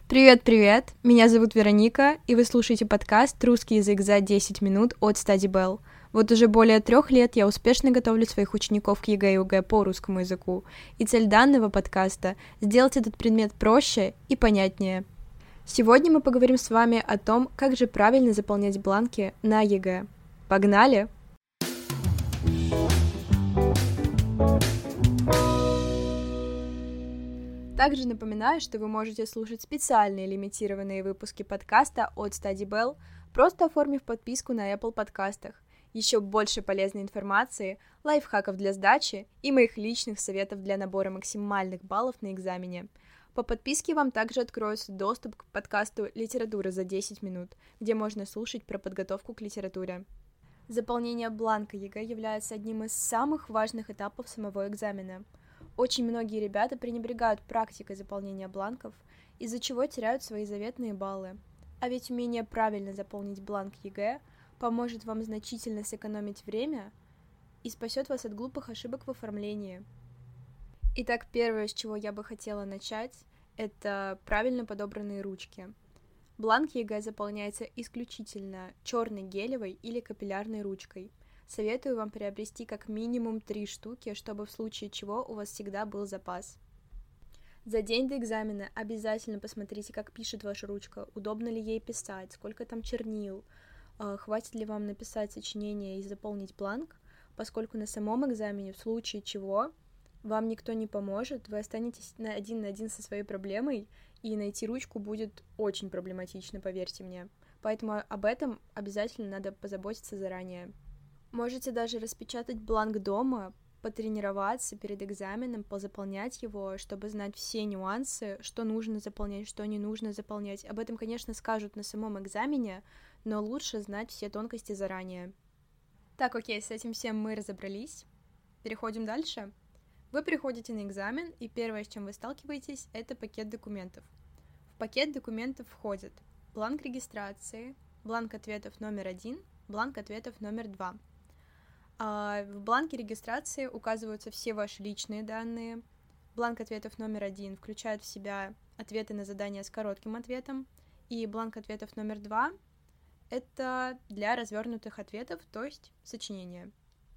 Привет-привет! Меня зовут Вероника, и вы слушаете подкаст «Русский язык за 10 минут» от StudyBell. Вот уже более 3 лет я успешно готовлю своих учеников к ЕГЭ и ОГЭ по русскому языку, и цель данного подкаста — сделать этот предмет проще и понятнее. Сегодня мы поговорим с вами о том, как же правильно заполнять бланки на ЕГЭ. Погнали! Также напоминаю, что вы можете слушать специальные лимитированные выпуски подкаста от StudyBell, просто оформив подписку на Apple подкастах. Еще больше полезной информации, лайфхаков для сдачи и моих личных советов для набора максимальных баллов на экзамене. По подписке вам также откроется доступ к подкасту «Литература за 10 минут», где можно слушать про подготовку к литературе. Заполнение бланка ЕГЭ является одним из самых важных этапов самого экзамена. Очень многие ребята пренебрегают практикой заполнения бланков, из-за чего теряют свои заветные баллы. А ведь умение правильно заполнить бланк ЕГЭ поможет вам значительно сэкономить время и спасет вас от глупых ошибок в оформлении. Итак, первое, с чего я бы хотела начать, это правильно подобранные ручки. Бланк ЕГЭ заполняется исключительно черной гелевой или капиллярной ручкой. Советую вам приобрести как минимум 3 штуки, чтобы в случае чего у вас всегда был запас. За день до экзамена обязательно посмотрите, как пишет ваша ручка, удобно ли ей писать, сколько там чернил, хватит ли вам написать сочинение и заполнить бланк, поскольку на самом экзамене в случае чего вам никто не поможет, вы останетесь на один со своей проблемой, и найти ручку будет очень проблематично, поверьте мне. Поэтому об этом обязательно надо позаботиться заранее. Можете даже распечатать бланк дома, потренироваться перед экзаменом, позаполнять его, чтобы знать все нюансы, что нужно заполнять, что не нужно заполнять. Об этом, конечно, скажут на самом экзамене, но лучше знать все тонкости заранее. Так, окей, с этим всем мы разобрались. Переходим дальше. Вы приходите на экзамен, и первое, с чем вы сталкиваетесь, это пакет документов. В пакет документов входит бланк регистрации, бланк ответов номер 1, бланк ответов номер 2. В бланке регистрации указываются все ваши личные данные. Бланк ответов номер 1 включает в себя ответы на задания с коротким ответом, и бланк ответов номер 2 — это для развернутых ответов, то есть сочинения.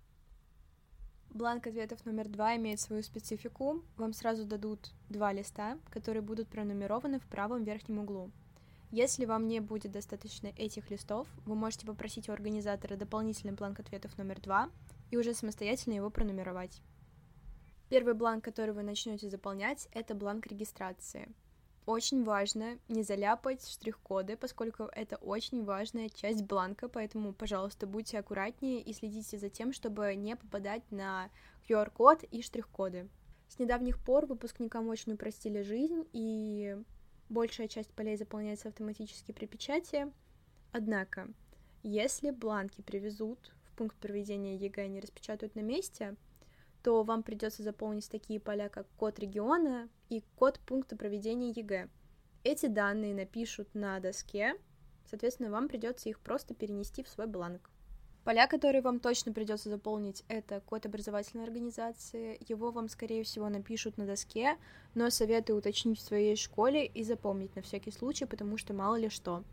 Бланк ответов номер 2 имеет свою специфику. Вам сразу дадут 2 листа, которые будут пронумерованы в правом верхнем углу. Если вам не будет достаточно этих листов, вы можете попросить у организатора дополнительный бланк ответов номер 2 и уже самостоятельно его пронумеровать. Первый бланк, который вы начнете заполнять, это бланк регистрации. Очень важно не заляпать штрих-коды, поскольку это очень важная часть бланка, поэтому, пожалуйста, будьте аккуратнее и следите за тем, чтобы не попадать на QR-код и штрих-коды. С недавних пор выпускникам очень упростили жизнь, и большая часть полей заполняется автоматически при печати. Однако, если бланки привезут в пункт проведения ЕГЭ и не распечатают на месте, то вам придется заполнить такие поля, как код региона и код пункта проведения ЕГЭ. Эти данные напишут на доске, соответственно, вам придется их просто перенести в свой бланк. Поля, которые вам точно придется заполнить, это код образовательной организации. Его вам, скорее всего, напишут на доске, но советую уточнить в своей школе и запомнить на всякий случай, потому что мало ли что.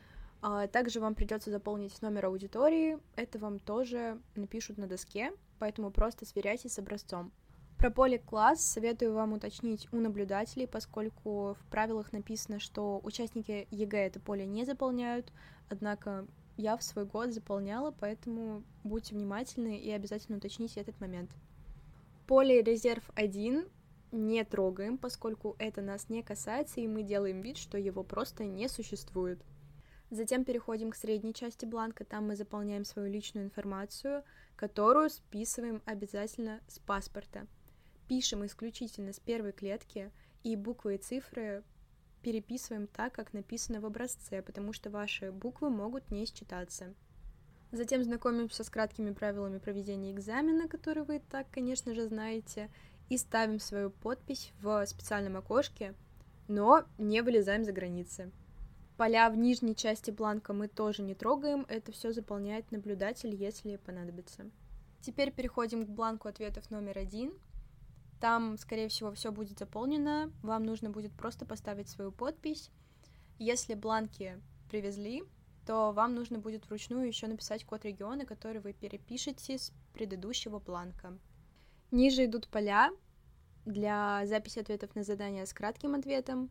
Также вам придется заполнить номер аудитории, это вам тоже напишут на доске, поэтому просто сверяйтесь с образцом. Про поле класс советую вам уточнить у наблюдателей, поскольку в правилах написано, что участники ЕГЭ это поле не заполняют, однако я в свой год заполняла, поэтому будьте внимательны и обязательно уточните этот момент. Поле резерв 1 не трогаем, поскольку это нас не касается, и мы делаем вид, что его просто не существует. Затем переходим к средней части бланка, там мы заполняем свою личную информацию, которую списываем обязательно с паспорта. Пишем исключительно с первой клетки, и буквы и цифры переписываем так, как написано в образце, потому что ваши буквы могут не считаться. Затем знакомимся с краткими правилами проведения экзамена, которые вы и так, конечно же, знаете, и ставим свою подпись в специальном окошке, но не вылезаем за границы. Поля в нижней части бланка мы тоже не трогаем, это все заполняет наблюдатель, если понадобится. Теперь переходим к бланку ответов номер 1. Там, скорее всего, все будет заполнено, вам нужно будет просто поставить свою подпись Если бланки привезли, то вам нужно будет вручную еще написать код региона, который вы перепишете с предыдущего бланка. Ниже идут поля для записи ответов на задания с кратким ответом.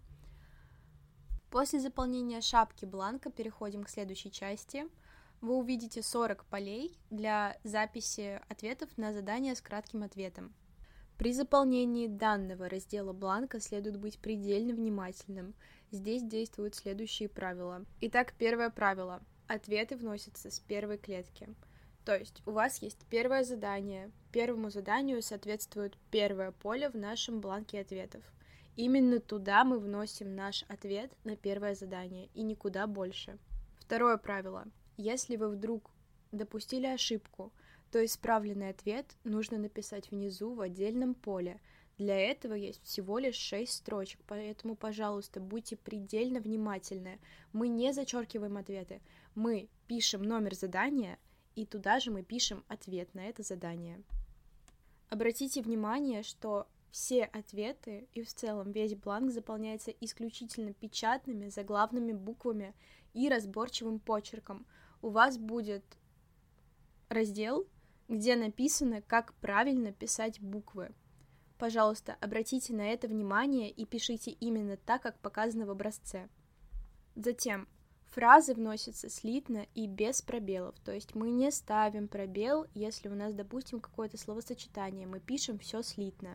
После заполнения шапки бланка переходим к следующей части. Вы увидите 40 полей для записи ответов на задания с кратким ответом. При заполнении данного раздела бланка следует быть предельно внимательным. Здесь действуют следующие правила. Итак, первое правило. Ответы вносятся с первой клетки. То есть у вас есть первое задание. Первому заданию соответствует первое поле в нашем бланке ответов. Именно туда мы вносим наш ответ на первое задание и никуда больше. Второе правило. Если вы вдруг допустили ошибку, то исправленный ответ нужно написать внизу в отдельном поле. Для этого есть всего лишь 6 строчек, поэтому, пожалуйста, будьте предельно внимательны. Мы не зачеркиваем ответы, мы пишем номер задания, и туда же мы пишем ответ на это задание. Обратите внимание, что все ответы и в целом весь бланк заполняется исключительно печатными заглавными буквами и разборчивым почерком. У вас будет раздел, где написано, как правильно писать буквы. Пожалуйста, обратите на это внимание и пишите именно так, как показано в образце. Затем фразы вносятся слитно и без пробелов, то есть мы не ставим пробел, если у нас, допустим, какое-то словосочетание, мы пишем все слитно.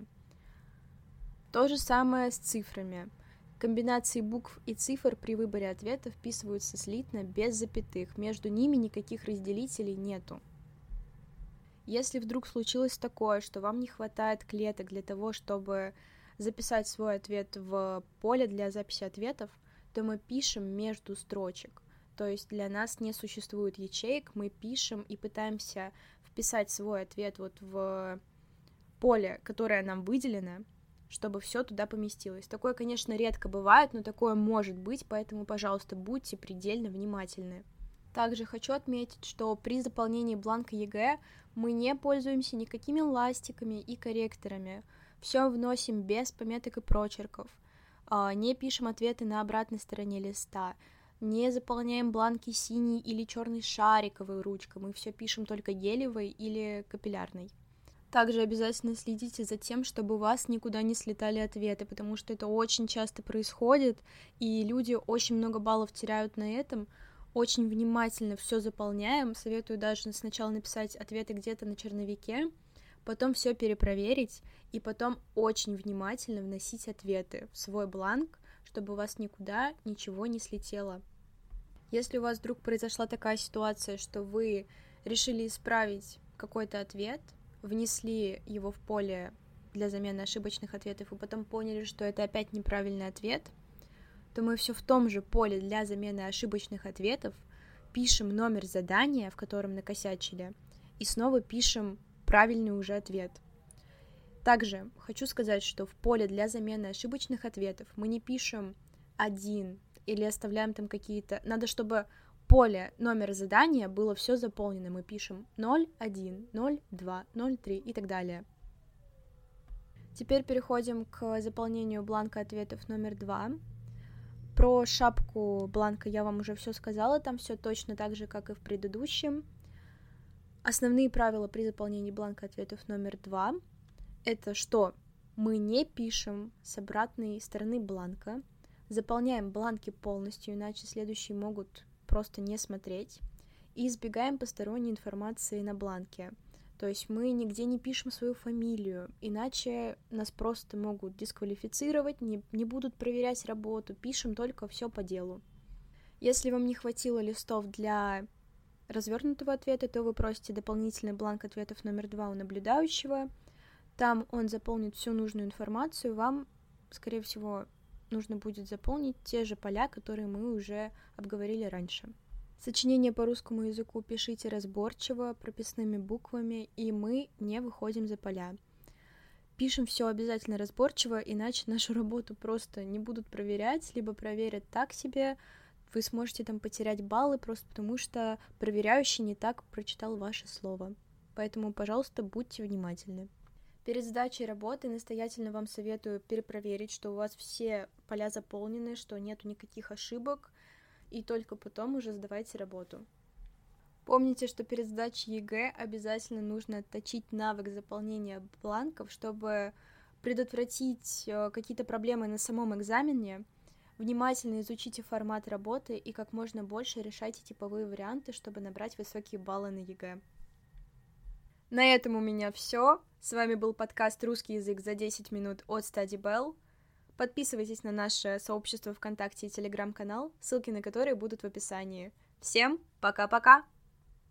То же самое с цифрами. Комбинации букв и цифр при выборе ответа вписываются слитно, без запятых, между ними никаких разделителей нету. Если вдруг случилось такое, что вам не хватает клеток для того, чтобы записать свой ответ в поле для записи ответов, то мы пишем между строчек. То есть для нас не существует ячеек, мы пишем и пытаемся вписать свой ответ вот в поле, которое нам выделено, чтобы все туда поместилось. Такое, конечно, редко бывает, но такое может быть, поэтому, пожалуйста, будьте предельно внимательны. Также хочу отметить, что при заполнении бланка ЕГЭ мы не пользуемся никакими ластиками и корректорами. Все вносим без пометок и прочерков. Не пишем ответы на обратной стороне листа. Не заполняем бланки синей или черной шариковой ручкой. Мы все пишем только гелевой или капиллярной. Также обязательно следите за тем, чтобы у вас никуда не слетали ответы, потому что это очень часто происходит, и люди очень много баллов теряют на этом. Очень внимательно все заполняем. Советую даже сначала написать ответы где-то на черновике, потом все перепроверить, и потом очень внимательно вносить ответы в свой бланк, чтобы у вас никуда ничего не слетело. Если у вас вдруг произошла такая ситуация, что вы решили исправить какой-то ответ, внесли его в поле для замены ошибочных ответов, и потом поняли, что это опять неправильный ответ, то мы все в том же поле для замены ошибочных ответов пишем номер задания, в котором накосячили, и снова пишем правильный уже ответ. Также хочу сказать, что в поле для замены ошибочных ответов мы не пишем 1 или оставляем там какие-то... Надо, чтобы поле номер задания было все заполнено. Мы пишем 0,1, 0,2, 0,3 и так далее. Теперь переходим к заполнению бланка ответов номер 2. Про шапку бланка я вам уже все сказала, там все точно так же, как и в предыдущем. Основные правила при заполнении бланка ответов номер 2 — это что мы не пишем с обратной стороны бланка, заполняем бланки полностью, иначе следующие могут просто не смотреть, и избегаем посторонней информации на бланке. То есть мы нигде не пишем свою фамилию, иначе нас просто могут дисквалифицировать, не будут проверять работу, пишем только все по делу. Если вам не хватило листов для развернутого ответа, то вы просите дополнительный бланк ответов номер 2 у наблюдающего. Там он заполнит всю нужную информацию, вам, скорее всего, нужно будет заполнить те же поля, которые мы уже обговорили раньше. Сочинение по русскому языку пишите разборчиво, прописными буквами, и мы не выходим за поля. Пишем все обязательно разборчиво, иначе нашу работу просто не будут проверять, либо проверят так себе, вы сможете там потерять баллы просто потому, что проверяющий не так прочитал ваше слово. Поэтому, пожалуйста, будьте внимательны. Перед сдачей работы настоятельно вам советую перепроверить, что у вас все поля заполнены, что нету никаких ошибок, и только потом уже сдавайте работу. Помните, что перед сдачей ЕГЭ обязательно нужно отточить навык заполнения бланков, чтобы предотвратить какие-то проблемы на самом экзамене. Внимательно изучите формат работы и как можно больше решайте типовые варианты, чтобы набрать высокие баллы на ЕГЭ. На этом у меня все. С вами был подкаст «Русский язык за 10 минут» от StudyBell. Подписывайтесь на наше сообщество ВКонтакте и Телеграм-канал, ссылки на которые будут в описании. Всем пока-пока!